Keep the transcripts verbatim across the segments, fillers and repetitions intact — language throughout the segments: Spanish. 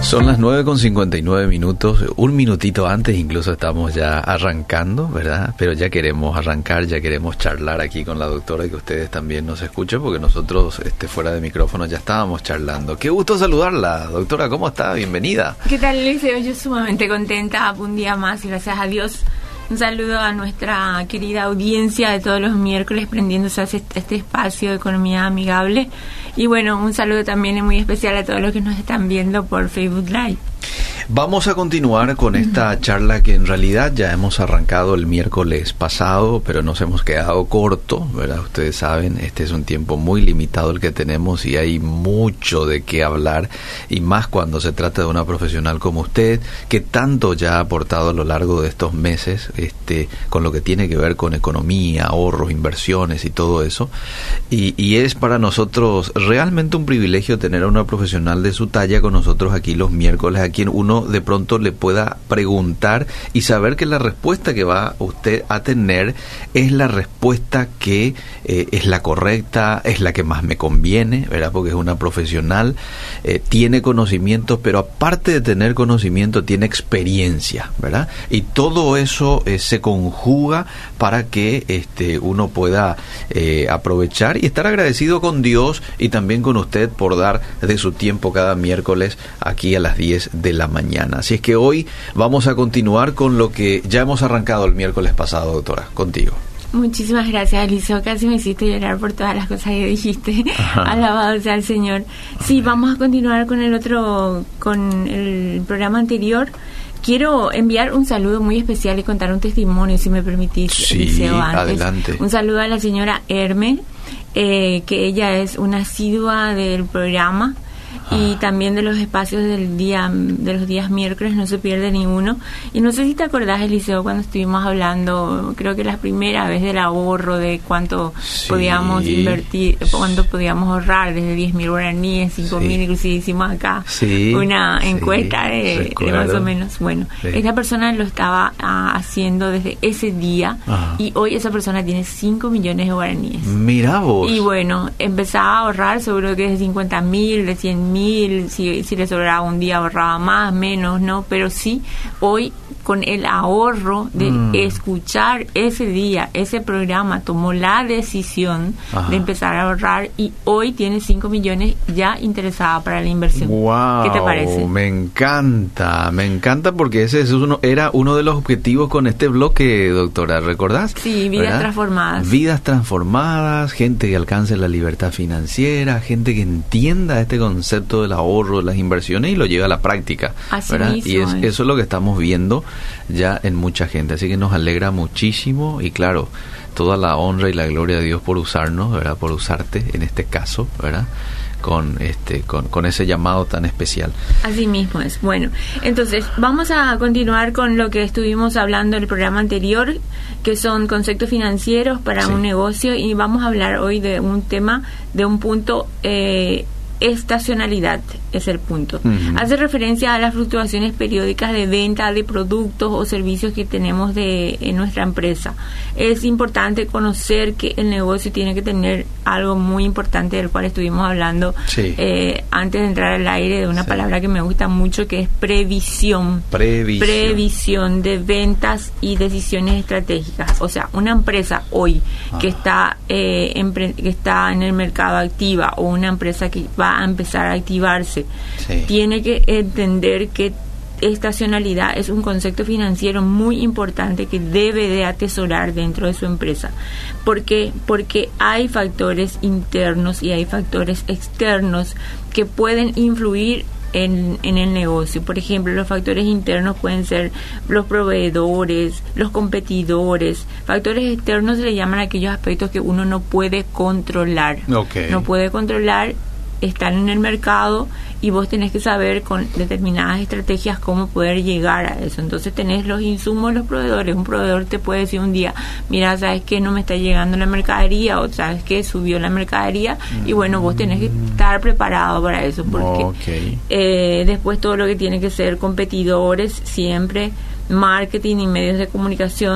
Son las nueve con cincuenta y nueve minutos, un minutito antes incluso estamos ya arrancando, ¿verdad? Pero ya queremos arrancar, ya queremos charlar aquí con la doctora y que ustedes también nos escuchen, porque nosotros este, fuera de micrófono ya estábamos charlando. Qué gusto saludarla, doctora, ¿cómo está? Bienvenida. ¿Qué tal, Eliseo? Yo sumamente contenta, un día más, gracias a Dios. Un saludo a nuestra querida audiencia de todos los miércoles prendiéndose a este espacio de economía amigable. Y bueno, un saludo también muy especial a todos los que nos están viendo por Facebook Live. Vamos a continuar con esta charla que en realidad ya hemos arrancado el miércoles pasado, pero nos hemos quedado corto, ¿verdad? Ustedes saben, este es un tiempo muy limitado el que tenemos y hay mucho de qué hablar, y más cuando se trata de una profesional como usted, que tanto ya ha aportado a lo largo de estos meses, este, con lo que tiene que ver con economía, ahorros, inversiones y todo eso. Y, y es para nosotros realmente un privilegio tener a una profesional de su talla con nosotros aquí los miércoles, a quien uno de pronto le pueda preguntar y saber que la respuesta que va usted a tener es la respuesta que eh, es la correcta, es la que más me conviene, ¿verdad? Porque es una profesional, eh, tiene conocimientos, pero aparte de tener conocimiento, tiene experiencia, ¿verdad? Y todo eso eh, se conjuga para que este, uno pueda eh, aprovechar y estar agradecido con Dios y también con usted por dar de su tiempo cada miércoles aquí a las diez de la mañana. Así es que hoy vamos a continuar con lo que ya hemos arrancado el miércoles pasado, doctora, contigo. Muchísimas gracias, Eliseo. Casi me hiciste llorar por todas las cosas que dijiste. Ajá. Alabado sea el Señor. Sí, vamos a continuar con el otro, con el programa anterior. Quiero enviar un saludo muy especial y contar un testimonio, si me permitís, sí, Eliseo, antes. Adelante. Un saludo a la señora Herme, eh, que ella es una asidua del programa. Y también de los espacios del día, de los días miércoles, no se pierde ninguno. Y no sé si te acordás, Eliseo, cuando estuvimos hablando, creo que la primera vez del ahorro, de cuánto sí. podíamos invertir, cuánto podíamos ahorrar, desde diez mil guaraníes, cinco mil, sí. inclusive hicimos acá sí. una encuesta sí. de, de más o menos. Bueno, sí. esta persona lo estaba uh, haciendo desde ese día. Ajá. Y hoy esa persona tiene cinco millones de guaraníes. Mirá vos. Y bueno, empezaba a ahorrar, seguro que de cincuenta mil, de cien mil. Si, si le sobraba un día ahorraba más, menos, ¿no? Pero sí, hoy con el ahorro de mm. escuchar ese día, ese programa, tomó la decisión Ajá. de empezar a ahorrar y hoy tiene cinco millones ya interesada para la inversión. Wow, ¿qué te parece? Me encanta, me encanta porque ese es uno, era uno de los objetivos con este bloque, doctora, ¿recordás? Sí, vidas ¿verdad? transformadas. Vidas transformadas, gente que alcance la libertad financiera, gente que entienda este concepto del ahorro, de las inversiones y lo lleva a la práctica. Así ¿verdad? mismo, Y es, eh. eso es lo que estamos viendo ya en mucha gente, así que nos alegra muchísimo y claro, toda la honra y la gloria de Dios por usarnos, ¿verdad? Por usarte en este caso, ¿verdad? con este con, con ese llamado tan especial. Así mismo es. Bueno, entonces vamos a continuar con lo que estuvimos hablando en el programa anterior, que son conceptos financieros para sí. un negocio, y vamos a hablar hoy de un tema, de un punto eh, estacionalidad es el punto. Uh-huh. Hace referencia a las fluctuaciones periódicas de venta de productos o servicios que tenemos de en nuestra empresa. Es importante conocer que el negocio tiene que tener algo muy importante del cual estuvimos hablando sí. eh, antes de entrar al aire, de una sí. palabra que me gusta mucho, que es previsión. Previsión. Previsión de ventas y decisiones estratégicas. O sea, una empresa hoy ah. que está eh, empre- que está en el mercado activa, o una empresa que va a empezar a activarse, sí. tiene que entender que estacionalidad es un concepto financiero muy importante que debe de atesorar dentro de su empresa. ¿Por qué? Porque hay factores internos y hay factores externos que pueden influir En, en el negocio. Por ejemplo, los factores internos pueden ser los proveedores, los competidores. Factores externos se le llaman a aquellos aspectos que uno no puede controlar. Okay. No puede controlar, están en el mercado y vos tenés que saber con determinadas estrategias cómo poder llegar a eso. Entonces tenés los insumos, los proveedores. Un proveedor te puede decir un día, mira, ¿sabes qué? No me está llegando la mercadería, o ¿sabes qué? Subió la mercadería, mm. y bueno, vos tenés que estar preparado para eso, porque okay. eh, después todo lo que tiene que ser competidores, siempre marketing y medios de comunicación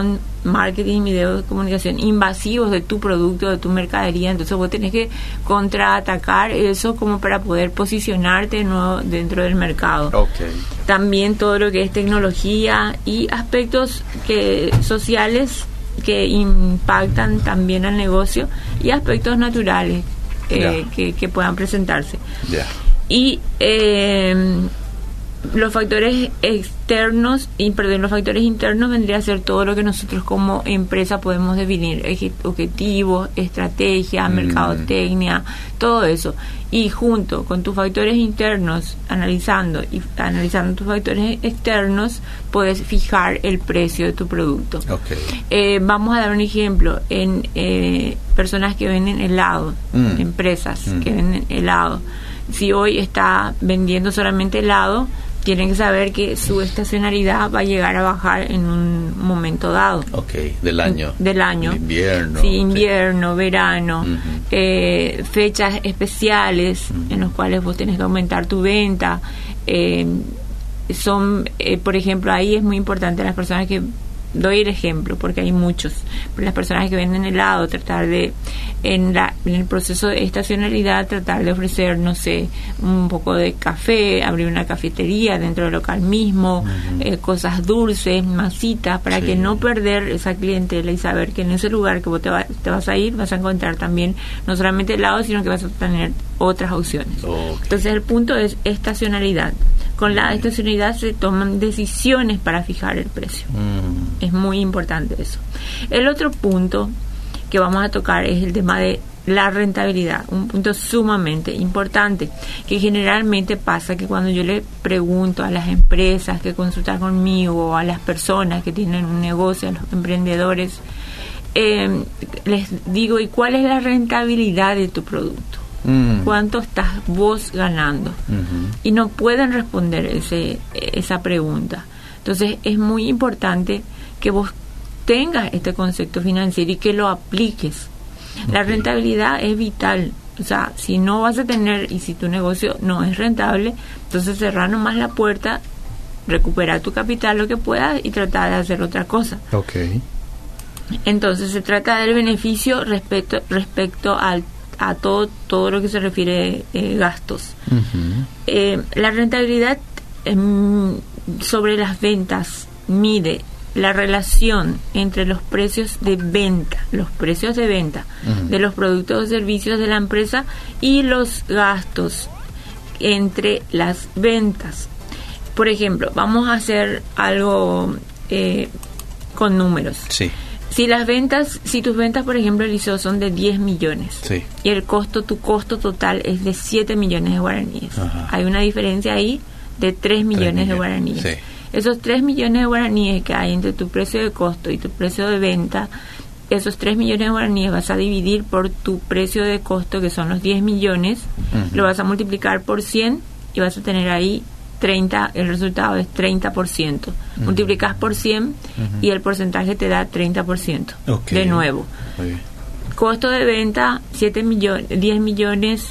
marketing, videos de comunicación invasivos de tu producto, de tu mercadería. Entonces vos tenés que contraatacar eso como para poder posicionarte de nuevo dentro del mercado. Okay. También todo lo que es tecnología y aspectos que sociales que impactan también al negocio, y aspectos naturales eh, yeah. que, que puedan presentarse. Yeah. Y eh, los factores externos y perdón los factores internos vendría a ser todo lo que nosotros como empresa podemos definir: objetivos, estrategia, mm. mercadotecnia, todo eso. Y junto con tus factores internos, analizando y analizando tus factores externos, puedes fijar el precio de tu producto. Okay. Eh, vamos a dar un ejemplo en eh, personas que venden helado, mm. empresas mm. que venden helado. Si hoy está vendiendo solamente helado, tienen que saber que su estacionalidad va a llegar a bajar en un momento dado. Ok, del año. Del año. Invierno. Sí, invierno, sí. verano, uh-huh. eh, fechas especiales uh-huh. en los cuales vos tenés que aumentar tu venta. Eh, son, eh, por ejemplo, ahí es muy importante las personas que... Doy el ejemplo porque hay muchos, pero las personas que venden helado, tratar de, en, la, en el proceso de estacionalidad, tratar de ofrecer, no sé, un poco de café, abrir una cafetería dentro del local mismo, uh-huh. eh, cosas dulces, masitas, para sí. que no perder esa clientela y saber que en ese lugar que vos te, va, te vas a ir, vas a encontrar también no solamente helado, sino que vas a tener otras opciones. Okay. Entonces el punto es estacionalidad. Con la estacionalidad se toman decisiones para fijar el precio. Mm. Es muy importante eso. El otro punto que vamos a tocar es el tema de la rentabilidad, un punto sumamente importante, que generalmente pasa que cuando yo le pregunto a las empresas que consultan conmigo, o a las personas que tienen un negocio, a los emprendedores, eh, les digo, ¿y cuál es la rentabilidad de tu producto? Mm. ¿Cuánto estás vos ganando? Uh-huh. Y no pueden responder ese, esa pregunta. Entonces es muy importante que vos tengas este concepto financiero y que lo apliques. Okay. La rentabilidad es vital. O sea, si no vas a tener, y si tu negocio no es rentable, entonces cerrar nomás la puerta, recuperar tu capital lo que puedas y tratar de hacer otra cosa. Okay. Entonces se trata del beneficio respecto respecto al a todo todo lo que se refiere eh, gastos. Uh-huh. Eh, la rentabilidad eh, sobre las ventas mide la relación entre los precios de venta, los precios de venta uh-huh. de los productos o servicios de la empresa y los gastos entre las ventas. Por ejemplo, vamos a hacer algo eh, con números. Sí. Si las ventas, si tus ventas, por ejemplo, Eliseo, son de diez millones sí. y el costo, tu costo total es de siete millones de guaraníes. Ajá. Hay una diferencia ahí de tres millones de guaraníes. Sí. Esos tres millones de guaraníes que hay entre tu precio de costo y tu precio de venta, esos tres millones de guaraníes vas a dividir por tu precio de costo, que son los diez millones, uh-huh. lo vas a multiplicar por cien y vas a tener ahí treinta, el resultado es treinta por ciento. Uh-huh. Multiplicas por cien uh-huh. y el porcentaje te da treinta por ciento. Okay. De nuevo. Okay. Costo de venta, siete millones, diez millones,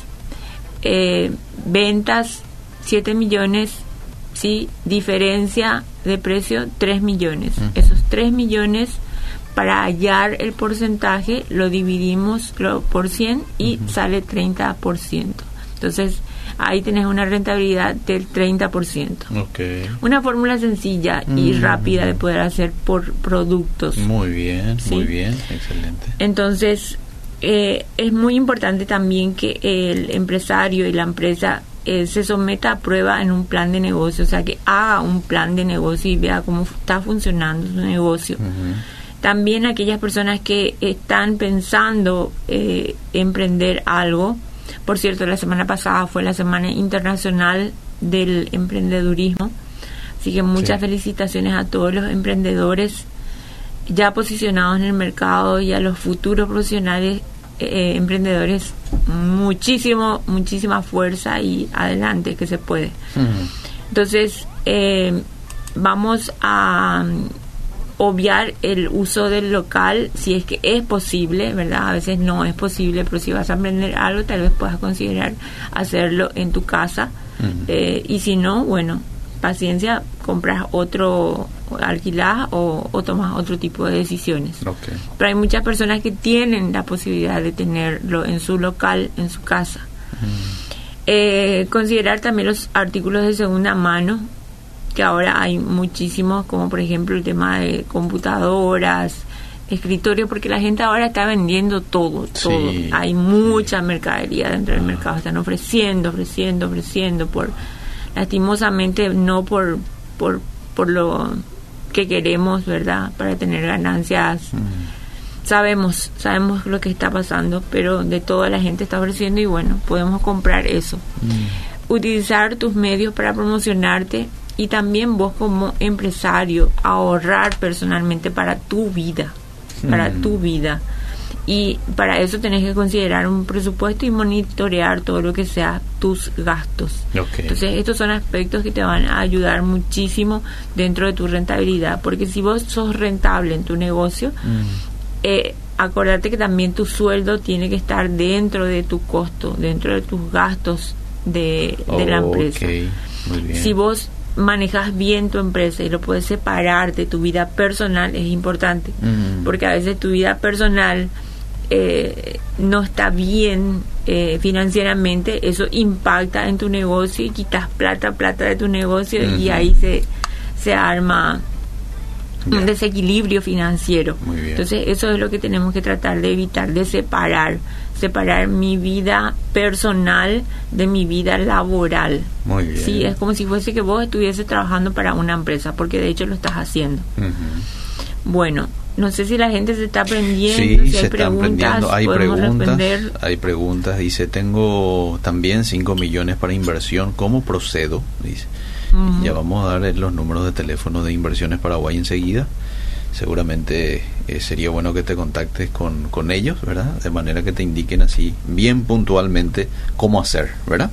eh, ventas, siete millones, ¿sí? Diferencia de precio, tres millones. Uh-huh. Esos tres millones, para hallar el porcentaje, lo dividimos lo, por cien y uh-huh. sale treinta por ciento. Entonces, ahí tenés una rentabilidad del treinta por ciento. Okay. Una fórmula sencilla mm. y rápida de poder hacer por productos. Muy bien, ¿sí? Muy bien, excelente. Entonces, eh, es muy importante también que el empresario y la empresa eh, se someta a prueba en un plan de negocio, o sea, que haga un plan de negocio y vea cómo está funcionando su negocio. Uh-huh. También aquellas personas que están pensando eh, emprender algo. Por cierto, la semana pasada fue la Semana Internacional del Emprendedurismo, así que muchas sí. felicitaciones a todos los emprendedores ya posicionados en el mercado y a los futuros profesionales eh, emprendedores. Muchísimo, muchísima fuerza y adelante que se puede. Uh-huh. Entonces, eh, vamos a obviar el uso del local si es que es posible, ¿verdad? A veces no es posible, pero si vas a emprender algo, tal vez puedas considerar hacerlo en tu casa. Uh-huh. eh, y si no, bueno, paciencia, compras otro alquilás o, o tomás otro tipo de decisiones. Okay. Pero hay muchas personas que tienen la posibilidad de tenerlo en su local, en su casa. Mm. Eh, considerar también los artículos de segunda mano, que ahora hay muchísimos, como por ejemplo el tema de computadoras, escritorio, porque la gente ahora está vendiendo todo, todo. Sí, hay mucha sí. mercadería dentro del ah. mercado, están ofreciendo, ofreciendo, ofreciendo, por lastimosamente no por por por lo que queremos, ¿verdad? Para tener ganancias. Mm. Sabemos, sabemos lo que está pasando, pero de toda la gente está ofreciendo y bueno, podemos comprar eso. Mm. Utilizar tus medios para promocionarte y también vos como empresario ahorrar personalmente para tu vida. para mm. tu vida, y para eso tenés que considerar un presupuesto y monitorear todo lo que sea tus gastos. Okay. Entonces estos son aspectos que te van a ayudar muchísimo dentro de tu rentabilidad, porque si vos sos rentable en tu negocio, mm. eh, acordate que también tu sueldo tiene que estar dentro de tu costo, dentro de tus gastos de, de oh, la empresa. Okay. Muy bien. Si vos manejas bien tu empresa y lo puedes separar de tu vida personal, es importante, mm. porque a veces tu vida personal eh, no está bien eh, financieramente, eso impacta en tu negocio y quitas plata, plata de tu negocio mm. y ahí se, se arma yeah. un desequilibrio financiero. Muy bien. Entonces eso es lo que tenemos que tratar de evitar, de separar separar mi vida personal de mi vida laboral. Muy bien. Sí, es como si fuese que vos estuvieses trabajando para una empresa, porque de hecho lo estás haciendo. Uh-huh. Bueno, no sé si la gente se está aprendiendo, sí, si hay se preguntas, están hay preguntas, responder. Hay preguntas, dice, tengo también cinco millones para inversión, ¿cómo procedo? Dice. Uh-huh. Ya vamos a dar los números de teléfono de Inversiones Paraguay enseguida. Seguramente eh, sería bueno que te contactes con, con ellos, ¿verdad? De manera que te indiquen así bien puntualmente cómo hacer, ¿verdad?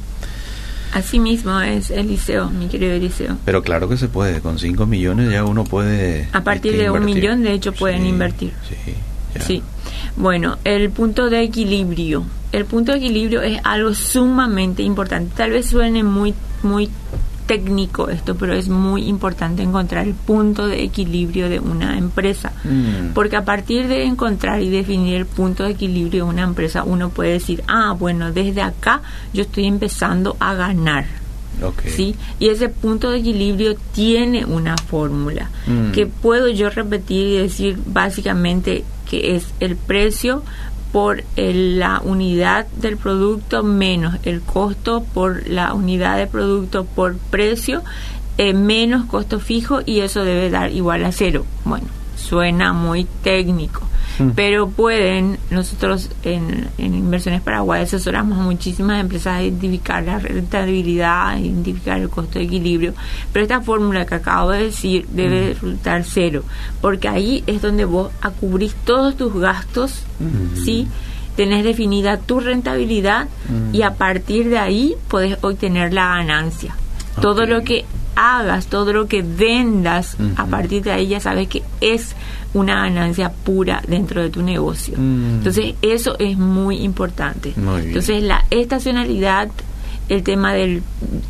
Así mismo es, Eliseo, mi querido Eliseo. Pero claro que se puede, con cinco millones ya uno puede... A partir de invertir. Un millón, de hecho, pueden sí, invertir. Sí, ya. Sí. Bueno, el punto de equilibrio. El punto de equilibrio es algo sumamente importante. Tal vez suene muy, muy técnico esto, pero es muy importante encontrar el punto de equilibrio de una empresa, mm. porque a partir de encontrar y definir el punto de equilibrio de una empresa, uno puede decir, ah, bueno, desde acá yo estoy empezando a ganar. Okay. ¿Sí? Y ese punto de equilibrio tiene una fórmula mm. que puedo yo repetir y decir básicamente que es el precio por el, la unidad del producto menos el costo por la unidad de producto por precio eh, menos costo fijo, y eso debe dar igual a cero. Bueno, suena muy técnico, mm. pero pueden, nosotros en, en Inversiones Paraguay asesoramos a muchísimas empresas a identificar la rentabilidad, a identificar el costo de equilibrio, pero esta fórmula que acabo de decir debe mm. resultar cero, porque ahí es donde vos acubrís todos tus gastos, mm. ¿sí? Tenés definida tu rentabilidad mm. y a partir de ahí podés obtener la ganancia. Okay. Todo lo que hagas, todo lo que vendas, uh-huh. a partir de ahí ya sabes que es una ganancia pura dentro de tu negocio. Uh-huh. Entonces eso es muy importante. Muy Entonces la estacionalidad, el tema de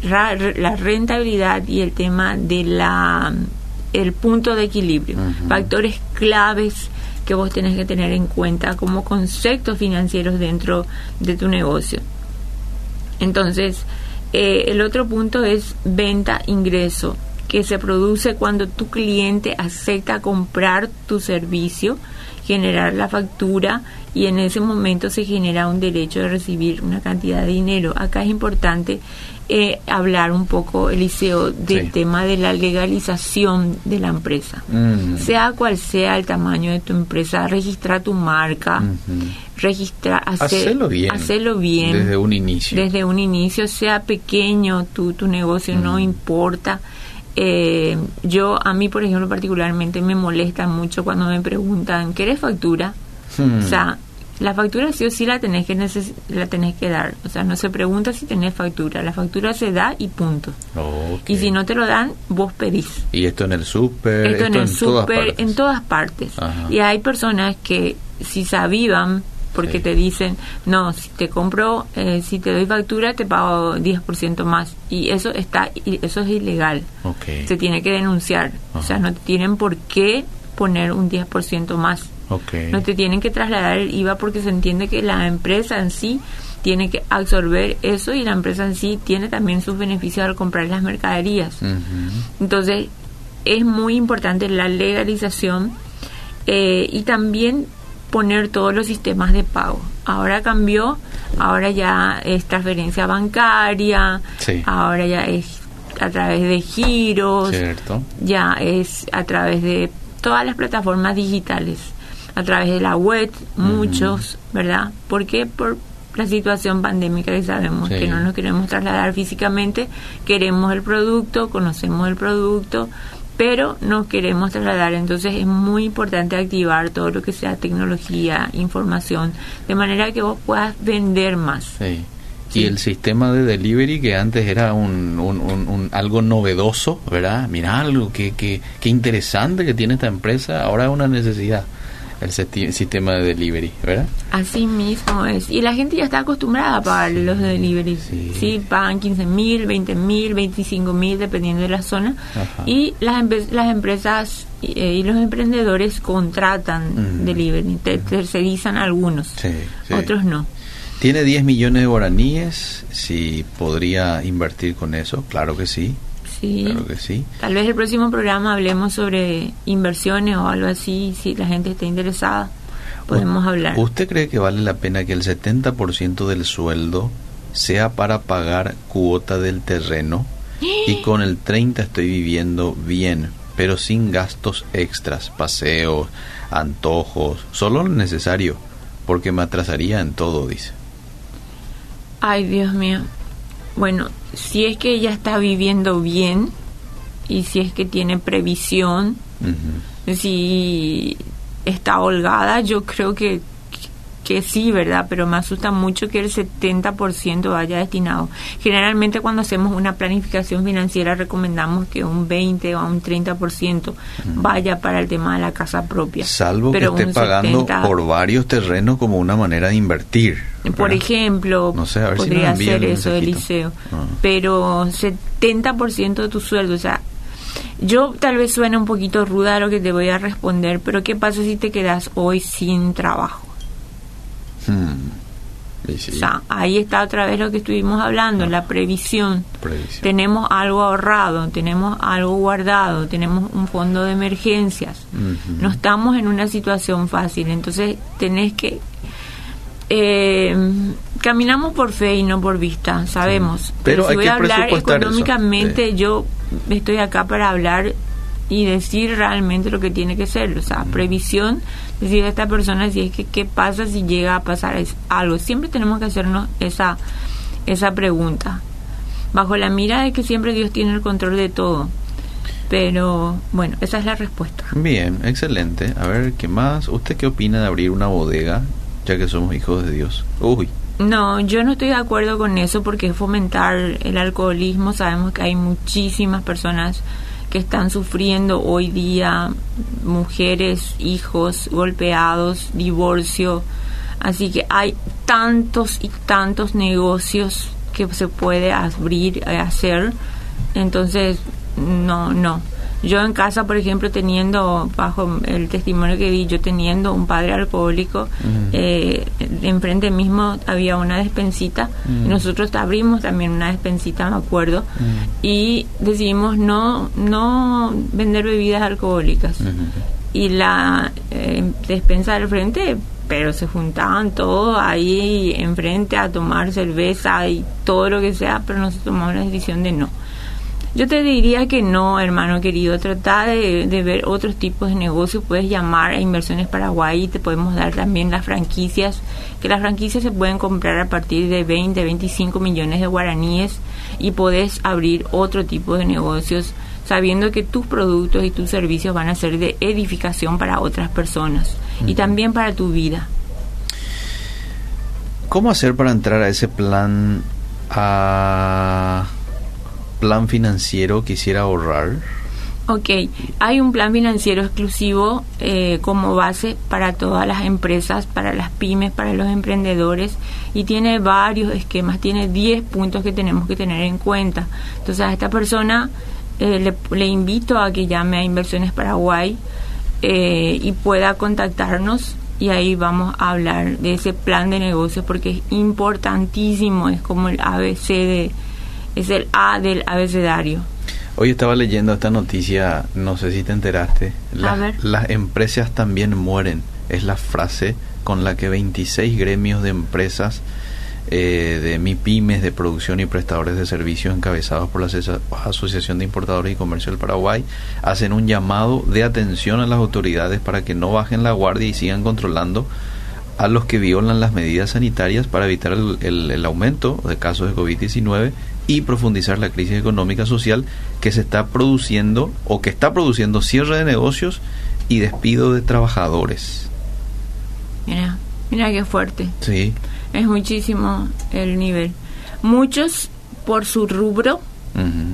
la rentabilidad y el tema de la el punto de equilibrio, uh-huh. factores claves que vos tenés que tener en cuenta como conceptos financieros dentro de tu negocio. Entonces Eh, el otro punto es venta-ingreso, que se produce cuando tu cliente acepta comprar tu servicio, generar la factura, y en ese momento se genera un derecho de recibir una cantidad de dinero. Acá es importante eh, hablar un poco, Eliseo, del sí. tema de la legalización de la empresa. Mm. Sea cual sea el tamaño de tu empresa, registra tu marca, mm-hmm. registra, hacer, hacerlo bien, hacerlo bien desde un inicio, desde un inicio, sea pequeño tu tu negocio, mm. no importa. Eh, yo a mí, por ejemplo, particularmente me molesta mucho cuando me preguntan, ¿querés factura? Mm. O sea, la factura sí o sí la tenés que neces- la tenés que dar. O sea, no se pregunta si tenés factura. La factura se da y punto. Okay. Y si no te lo dan, vos pedís. Y esto en el súper, esto, esto en el súper, en todas partes. Ajá. Y hay personas que si se avivan porque sí. te dicen, no, si te compro, eh, si te doy factura, te pago diez por ciento más. Y eso está y eso es ilegal. Okay. Se tiene que denunciar. Uh-huh. O sea, no tienen por qué poner un diez por ciento más. Okay. No te tienen que trasladar el I V A porque se entiende que la empresa en sí tiene que absorber eso y la empresa en sí tiene también sus beneficios al comprar las mercaderías. Uh-huh. Entonces, es muy importante la legalización eh, y también poner todos los sistemas de pago. Ahora cambió, ahora ya es transferencia bancaria, sí. ahora ya es a través de giros, cierto. Ya es a través de todas las plataformas digitales, a través de la web, uh-huh. muchos, ¿verdad? ¿Por qué? Por la situación pandémica que sabemos, sí. que no nos queremos trasladar físicamente, queremos el producto, conocemos el producto, pero no queremos trasladar. Entonces es muy importante activar todo lo que sea tecnología, información, de manera que vos puedas vender más. Sí. Sí. Y el sistema de delivery, que antes era un, un, un, un algo novedoso, ¿verdad? Mirá algo que, que, que interesante que tiene esta empresa, ahora es una necesidad. El sesti- sistema de delivery, ¿verdad? Así mismo es. Y la gente ya está acostumbrada a pagar los deliveries. Sí, sí, pagan quince mil, veinte mil, veinticinco mil, dependiendo de la zona. Ajá. Y las, empe- las empresas eh, y los emprendedores contratan mm. delivery, te- tercerizan algunos, sí, sí. otros no. Tiene diez millones de guaraníes, si podría invertir con eso, claro que sí. Sí, claro que sí. Tal vez el próximo programa hablemos sobre inversiones o algo así, si la gente está interesada, podemos U- hablar. ¿Usted cree que vale la pena que el setenta por ciento del sueldo sea para pagar cuota del terreno y con el treinta estoy viviendo bien, pero sin gastos extras, paseos, antojos, solo lo necesario, porque me atrasaría en todo, dice? Ay, Dios mío. Bueno, si es que ella está viviendo bien y si es que tiene previsión, uh-huh. si está holgada, yo creo que, que sí, ¿verdad? Pero me asusta mucho que el setenta por ciento vaya destinado. Generalmente cuando hacemos una planificación financiera recomendamos que un veinte o un treinta por ciento uh-huh. vaya para el tema de la casa propia. Salvo pero que esté pagando por varios terrenos como una manera de invertir, ¿verdad? Por ejemplo, no sé, podría si ser eso, Eliseo. Uh-huh. Pero setenta por ciento de tu sueldo, o sea, yo tal vez suena un poquito ruda lo que te voy a responder, pero ¿qué pasa si te quedas hoy sin trabajo? Hmm. Sí, sí. O sea, ahí está otra vez lo que estuvimos hablando, no. la previsión. previsión. Tenemos algo ahorrado, tenemos algo guardado, tenemos un fondo de emergencias. Uh-huh. No estamos en una situación fácil, entonces tenés que... Eh, caminamos por fe y no por vista, sabemos. Sí. Pero, Pero si hay voy que a hablar económicamente, sí. yo estoy acá para hablar y decir realmente lo que tiene que ser, o sea, uh-huh. previsión, decir a esta persona si es que qué pasa si llega a pasar algo. Siempre tenemos que hacernos esa esa pregunta, bajo la mira de que siempre Dios tiene el control de todo. Pero bueno, esa es la respuesta. Bien, excelente. A ver, ¿qué más? ¿Usted qué opina de abrir una bodega, ya que somos hijos de Dios? Uy. No, yo no estoy de acuerdo con eso porque es fomentar el alcoholismo. Sabemos que hay muchísimas personas que están sufriendo hoy día, mujeres, hijos golpeados, divorcio, así que hay tantos y tantos negocios que se puede abrir, hacer, entonces no, no. Yo en casa, por ejemplo, teniendo, bajo el testimonio que di, yo teniendo un padre alcohólico, uh-huh. eh, enfrente mismo había una despensita, uh-huh. y nosotros abrimos también una despensita, me acuerdo, uh-huh. y decidimos no no vender bebidas alcohólicas. Uh-huh. Y la eh, despensa del frente, pero se juntaban todos ahí enfrente a tomar cerveza y todo lo que sea, pero nosotros tomamos la decisión de no. Yo te diría que no, hermano querido, trata de, de ver otros tipos de negocios. Puedes llamar a Inversiones Paraguay y te podemos dar también las franquicias, que las franquicias se pueden comprar a partir de veinte, veinticinco millones de guaraníes y podés abrir otro tipo de negocios sabiendo que tus productos y tus servicios van a ser de edificación para otras personas uh-huh. y también para tu vida. ¿Cómo hacer para entrar a ese plan a... plan financiero? Quisiera ahorrar. Ok, hay un plan financiero exclusivo eh, como base para todas las empresas, para las pymes, para los emprendedores, y tiene varios esquemas, tiene diez puntos que tenemos que tener en cuenta. Entonces a esta persona eh, le, le invito a que llame a Inversiones Paraguay eh, y pueda contactarnos, y ahí vamos a hablar de ese plan de negocios, porque es importantísimo, es como el A B C de, es el A del abecedario. Hoy estaba leyendo esta noticia, no sé si te enteraste. Las, las empresas también mueren. Es la frase con la que veintiséis gremios de empresas, eh, de MIPYMES, de producción y prestadores de servicios encabezados por la Asociación de Importadores y Comercio del Paraguay, hacen un llamado de atención a las autoridades para que no bajen la guardia y sigan controlando a los que violan las medidas sanitarias para evitar el, el, el aumento de casos de COVID diecinueve y profundizar la crisis económica social que se está produciendo o que está produciendo cierre de negocios y despido de trabajadores. Mira, mira qué fuerte. Sí. Es muchísimo el nivel. Muchos por su rubro uh-huh.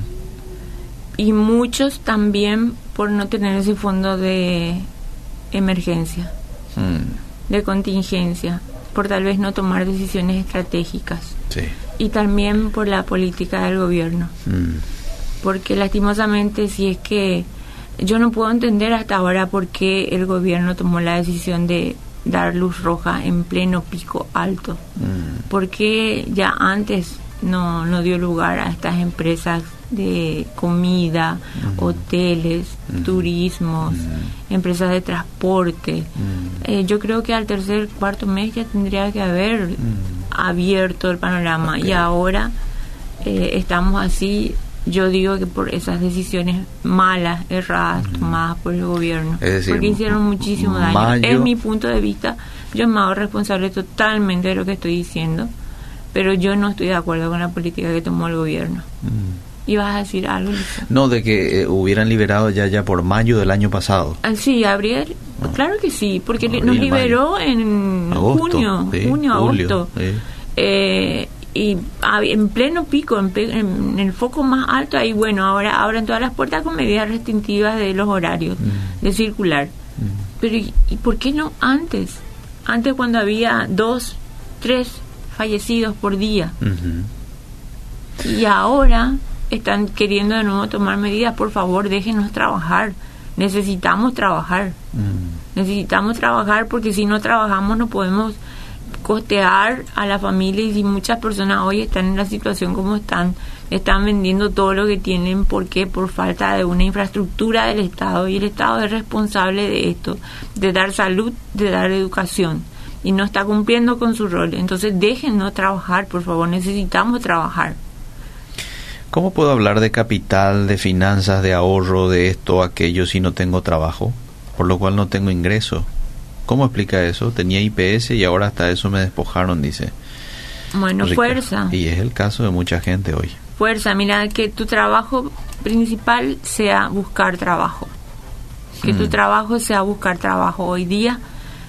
y muchos también por no tener ese fondo de emergencia, uh-huh. de contingencia, por tal vez no tomar decisiones estratégicas. Sí. Y también por la política del gobierno. Mm. Porque lastimosamente, si es que yo no puedo entender hasta ahora por qué el gobierno tomó la decisión de dar luz roja en pleno pico alto. Mm. ¿Por qué ya antes no, no dio lugar a estas empresas de comida, mm. hoteles, mm. turismos, mm. empresas de transporte? Mm. Eh, yo creo que al tercer, cuarto mes ya tendría que haber mm. abierto el panorama. Okay. Y ahora eh, estamos así. Yo digo que por esas decisiones malas, erradas, mm. tomadas por el gobierno, es decir, porque hicieron muchísimo daño. Mayo. Es mi punto de vista. Yo me hago responsable totalmente de lo que estoy diciendo, pero yo no estoy de acuerdo con la política que tomó el gobierno. Mm. ¿Ibas a decir algo, Lisa? No, de que eh, hubieran liberado ya ya por mayo del año pasado. Ah, sí, Gabriel, no. Claro que sí, porque Abril, nos liberó mayo. en agosto, junio, sí, junio, julio, agosto. Sí. Eh, y en pleno pico, en, en el foco más alto, ahí bueno, ahora abran todas las puertas con medidas restrictivas de los horarios mm. de circular. Mm. Pero ¿y, ¿y por qué no antes? Antes, cuando había dos, tres fallecidos por día. Mm-hmm. Y ahora están queriendo de nuevo tomar medidas. Por favor, déjenos trabajar. Necesitamos trabajar. Mm. Necesitamos trabajar, porque si no trabajamos no podemos costear a la familia, y si muchas personas hoy están en la situación como están, están vendiendo todo lo que tienen. ¿Por qué? Por falta de una infraestructura del Estado, y el Estado es responsable de esto, de dar salud, de dar educación, y no está cumpliendo con su rol. Entonces déjennos trabajar, por favor, necesitamos trabajar. ¿Cómo puedo hablar de capital, de finanzas, de ahorro, de esto, aquello, si no tengo trabajo, por lo cual no tengo ingreso? ¿Cómo explica eso? Tenía I P S y ahora hasta eso me despojaron, dice. Bueno, Rica. Fuerza. Y es el caso de mucha gente hoy. Fuerza, mira, que tu trabajo principal sea buscar trabajo. Que hmm. tu trabajo sea buscar trabajo hoy día,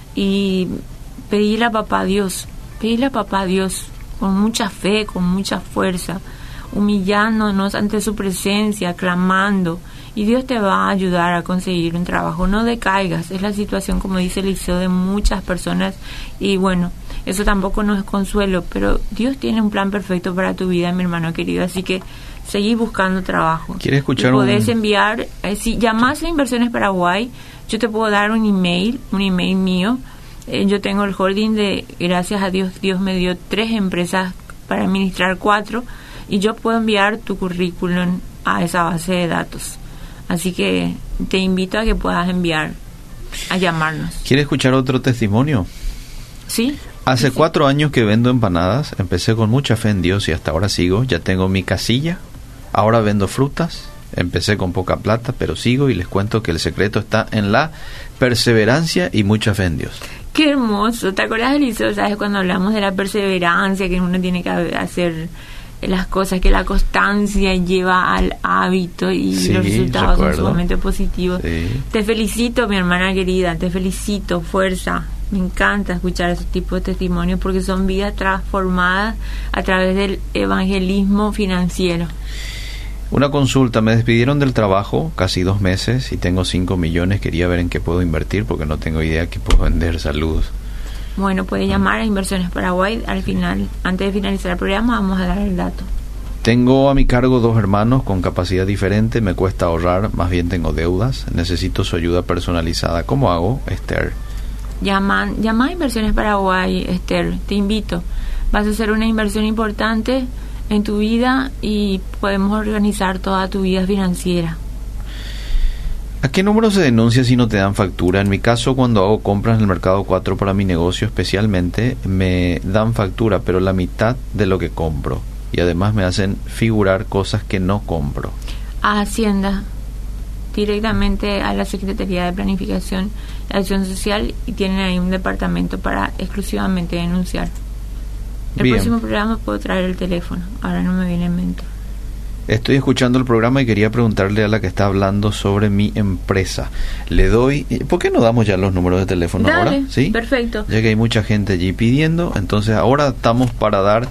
y pedirle a papá Dios, pedirle a papá Dios con mucha fe, con mucha fuerza, humillándonos ante su presencia, clamando, y Dios te va a ayudar a conseguir un trabajo. No decaigas, es la situación, como dice Eliseo, de muchas personas, y bueno, eso tampoco nos es consuelo, pero Dios tiene un plan perfecto para tu vida, mi hermano querido, así que seguí buscando trabajo. ¿Quieres escuchar? Y podés un... enviar, eh, si llamás a Inversiones Paraguay, yo te puedo dar un email, un email mío. Eh, yo tengo el holding de, gracias a Dios, Dios me dio tres empresas para administrar cuatro, y yo puedo enviar tu currículum a esa base de datos. Así que te invito a que puedas enviar, a llamarnos. ¿Quieres escuchar otro testimonio? Sí. Hace sí. cuatro años que vendo empanadas. Empecé con mucha fe en Dios y hasta ahora sigo. Ya tengo mi casilla. Ahora vendo frutas. Empecé con poca plata, pero sigo, y les cuento que el secreto está en la perseverancia y mucha fe en Dios. Qué hermoso. ¿Te acuerdas, Eliseo? ¿Sabes? Cuando hablamos de la perseverancia, que uno tiene que hacer las cosas, que la constancia lleva al hábito, y sí, los resultados recuerdo. Son sumamente positivos. Sí. Te felicito, mi hermana querida, te felicito, fuerza. Me encanta escuchar ese tipo de testimonios, porque son vidas transformadas a través del evangelismo financiero. Una consulta, me despidieron del trabajo casi dos meses y tengo cinco millones, quería ver en qué puedo invertir porque no tengo idea qué puedo vender. Saludos. Bueno, puede llamar a Inversiones Paraguay. Al final, antes de finalizar el programa, vamos a dar el dato. Tengo a mi cargo dos hermanos con capacidad diferente, me cuesta ahorrar, más bien tengo deudas, necesito su ayuda personalizada. ¿Cómo hago, Esther? Llama, llama a Inversiones Paraguay, Esther, te invito. Vas a hacer una inversión importante en tu vida y podemos organizar toda tu vida financiera. ¿A qué número se denuncia si no te dan factura? En mi caso, cuando hago compras en el Mercado cuatro para mi negocio especialmente, me dan factura, pero la mitad de lo que compro. Y además me hacen figurar cosas que no compro. A Hacienda, directamente a la Secretaría de Planificación y Acción Social, y tienen ahí un departamento para exclusivamente denunciar. El Bien. próximo programa puedo traer el teléfono, ahora no me viene en mente. Estoy escuchando el programa y quería preguntarle a la que está hablando sobre mi empresa. Le doy... ¿Por qué no damos ya los números de teléfono Dale, ahora? ¿Sí? Perfecto. Ya que hay mucha gente allí pidiendo, entonces ahora estamos para dar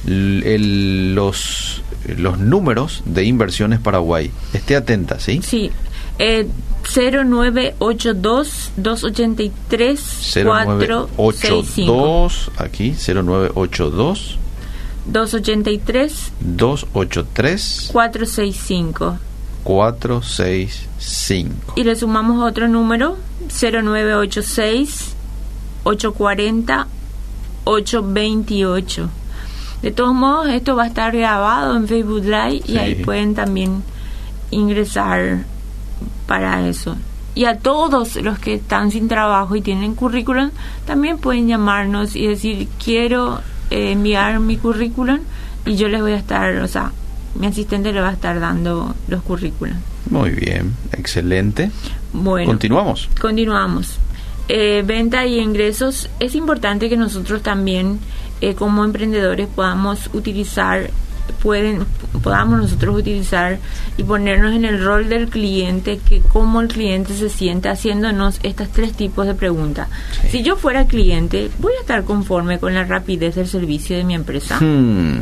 el, los, los números de Inversiones Paraguay. Esté atenta, ¿sí? Sí. Eh, cero nueve ocho dos, dos ocho tres, cuatro seis cinco. Aquí, cero nueve ocho dos, dos ocho tres, dos ocho tres, cuatro seis cinco. cuatro seis cinco. Y le sumamos otro número, cero nueve ocho seis, ocho cuatro cero, ocho dos ocho. De todos modos, esto va a estar grabado en Facebook Live, sí, y ahí pueden también ingresar para eso. Y a todos los que están sin trabajo y tienen currículum, también pueden llamarnos y decir, quiero eh, enviar mi currículum, y yo les voy a estar, o sea, mi asistente le va a estar dando los currículum. Muy bien, excelente. Bueno, continuamos. Continuamos. Eh, venta y ingresos. Es importante que nosotros también, eh, como emprendedores, podamos utilizar pueden podamos nosotros utilizar y ponernos en el rol del cliente, que cómo el cliente se siente, haciéndonos estos tres tipos de preguntas. Sí. Si yo fuera cliente, ¿voy a estar conforme con la rapidez del servicio de mi empresa? Hmm.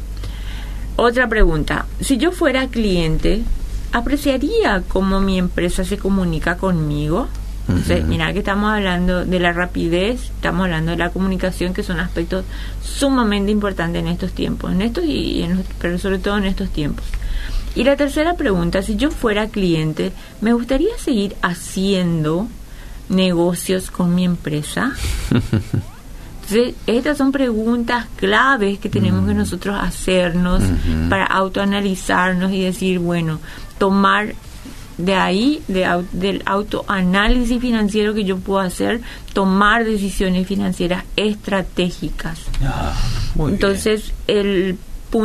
Otra pregunta, si yo fuera cliente, ¿apreciaría cómo mi empresa se comunica conmigo? Entonces, uh-huh. Mira que estamos hablando de la rapidez, estamos hablando de la comunicación, que son aspectos sumamente importantes en estos tiempos, en estos y en los, pero sobre todo en estos tiempos. Y la tercera pregunta, si yo fuera cliente, ¿me gustaría seguir haciendo negocios con mi empresa? Entonces, estas son preguntas claves que tenemos uh-huh. que nosotros hacernos uh-huh. para autoanalizarnos y decir, bueno, tomar de ahí, de, del autoanálisis financiero que yo puedo hacer, tomar decisiones financieras estratégicas. Ah, muy Entonces, bien. El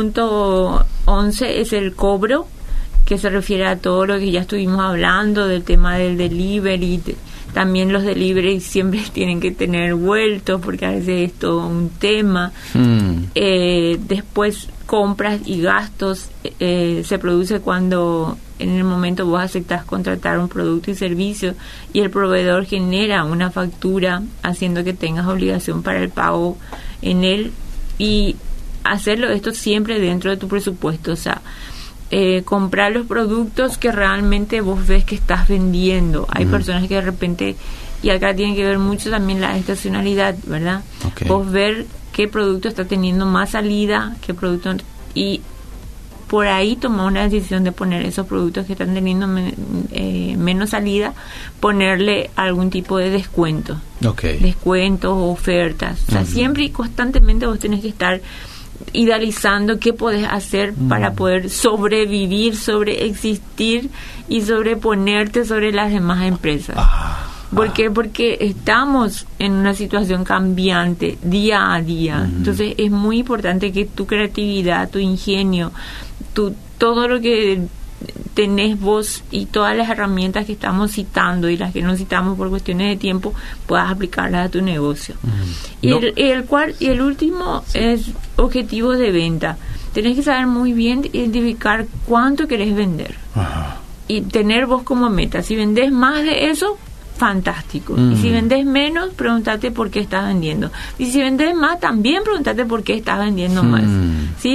punto once es el cobro, que se refiere a todo lo que ya estuvimos hablando, del tema del delivery. También los delivery siempre tienen que tener vueltos, porque a veces es todo un tema. Mm. Eh, después, compras y gastos eh, se produce cuando en el momento vos aceptás contratar un producto y servicio y el proveedor genera una factura haciendo que tengas obligación para el pago en él, y hacerlo esto siempre dentro de tu presupuesto. O sea, eh, comprar los productos que realmente vos ves que estás vendiendo. Hay uh-huh. personas que de repente, y acá tiene que ver mucho también la estacionalidad, ¿verdad? Okay. Vos ver qué producto está teniendo más salida, qué producto, y por ahí tomar una decisión de poner esos productos que están teniendo me, eh, menos salida, ponerle algún tipo de descuento, okay. descuentos o ofertas. O sea, uh-huh. siempre y constantemente vos tenés que estar idealizando qué podés hacer uh-huh. para poder sobrevivir, sobreexistir y sobreponerte sobre las demás empresas. Ah. ¿Por qué? Porque estamos en una situación cambiante día a día. Uh-huh. Entonces es muy importante que tu creatividad, tu ingenio, tu, todo lo que tenés vos y todas las herramientas que estamos citando y las que no citamos por cuestiones de tiempo, puedas aplicarlas a tu negocio. Uh-huh. Y, no. el, el cual, y el último sí. es objetivos de venta. Tenés que saber muy bien identificar cuánto querés vender. Uh-huh. Y tener vos como meta. Si vendés más de eso, fantástico. Mm. Y si vendés menos, pregúntate por qué estás vendiendo. Y si vendés más, también pregúntate por qué estás vendiendo mm. más. ¿Sí?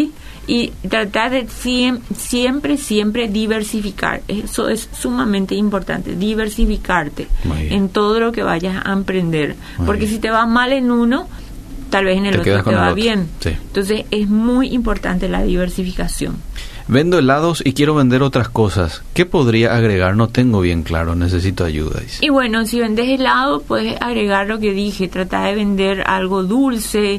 Y tratar de siem- siempre, siempre diversificar. Eso es sumamente importante, diversificarte en todo lo que vayas a emprender. Muy Porque bien. Si te va mal en uno, tal vez en el te otro te va bien. Sí. Entonces es muy importante la diversificación. Vendo helados y quiero vender otras cosas. ¿Qué podría agregar? No tengo bien claro, necesito ayuda. Dice. Y bueno, si vendes helado, puedes agregar lo que dije, tratar de vender algo dulce.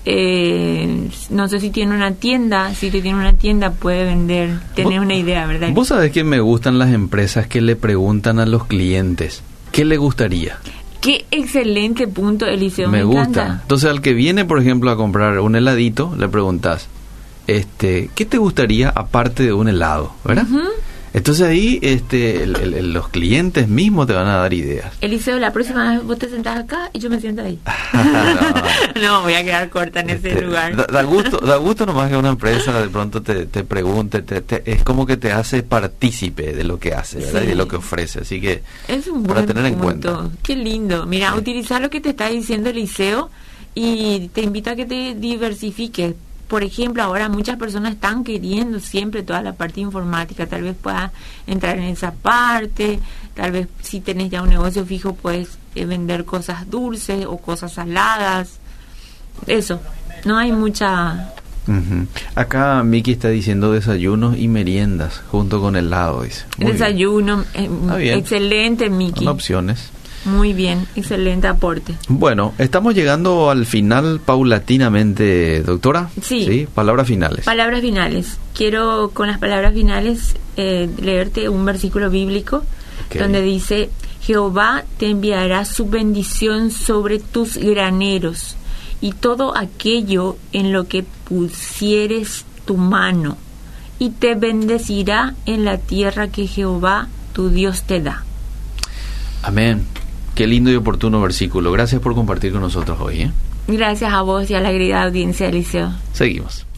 Eh, no sé si tiene una tienda, si te tiene una tienda puede vender, tener una idea, ¿verdad? Vos sabés que me gustan las empresas que le preguntan a los clientes, ¿qué le gustaría? Qué excelente punto, Eliseo, me, me gusta. Encanta. Entonces al que viene, por ejemplo, a comprar un heladito, le preguntas, este, ¿qué te gustaría aparte de un helado? ¿Verdad? Uh-huh. Entonces ahí este, el, el, los clientes mismos te van a dar ideas. Eliseo, la próxima vez vos te sentás acá y yo me siento ahí. no. no, voy a quedar corta en este, ese lugar. Da, da gusto da gusto nomás que una empresa de pronto te, te pregunte, te, te, es como que te hace partícipe de lo que hace, ¿verdad? Sí. Y de lo que ofrece. Así que es un para buen tener punto. en cuenta. Qué lindo. Mira, sí. Utilizar lo que te está diciendo Eliseo y te invito a que te diversifiques. Por ejemplo, ahora muchas personas están queriendo siempre toda la parte informática, tal vez puedas entrar en esa parte, tal vez si tenés ya un negocio fijo puedes eh, vender cosas dulces o cosas saladas, eso, no hay mucha... Uh-huh. Acá Miki está diciendo desayunos y meriendas junto con helado, dice. Muy Desayuno, eh, excelente Miki. Son opciones. Muy bien, excelente aporte. Bueno, estamos llegando al final paulatinamente, doctora. Sí. ¿Sí? Palabras finales. Palabras finales. Quiero con las palabras finales eh, leerte un versículo bíblico okay. donde dice, Jehová te enviará su bendición sobre tus graneros y todo aquello en lo que pusieres tu mano, y te bendecirá en la tierra que Jehová tu Dios te da. Amén. Qué lindo y oportuno versículo. Gracias por compartir con nosotros hoy. ¿eh? Gracias a vos y a la querida audiencia, Eliseo. Seguimos.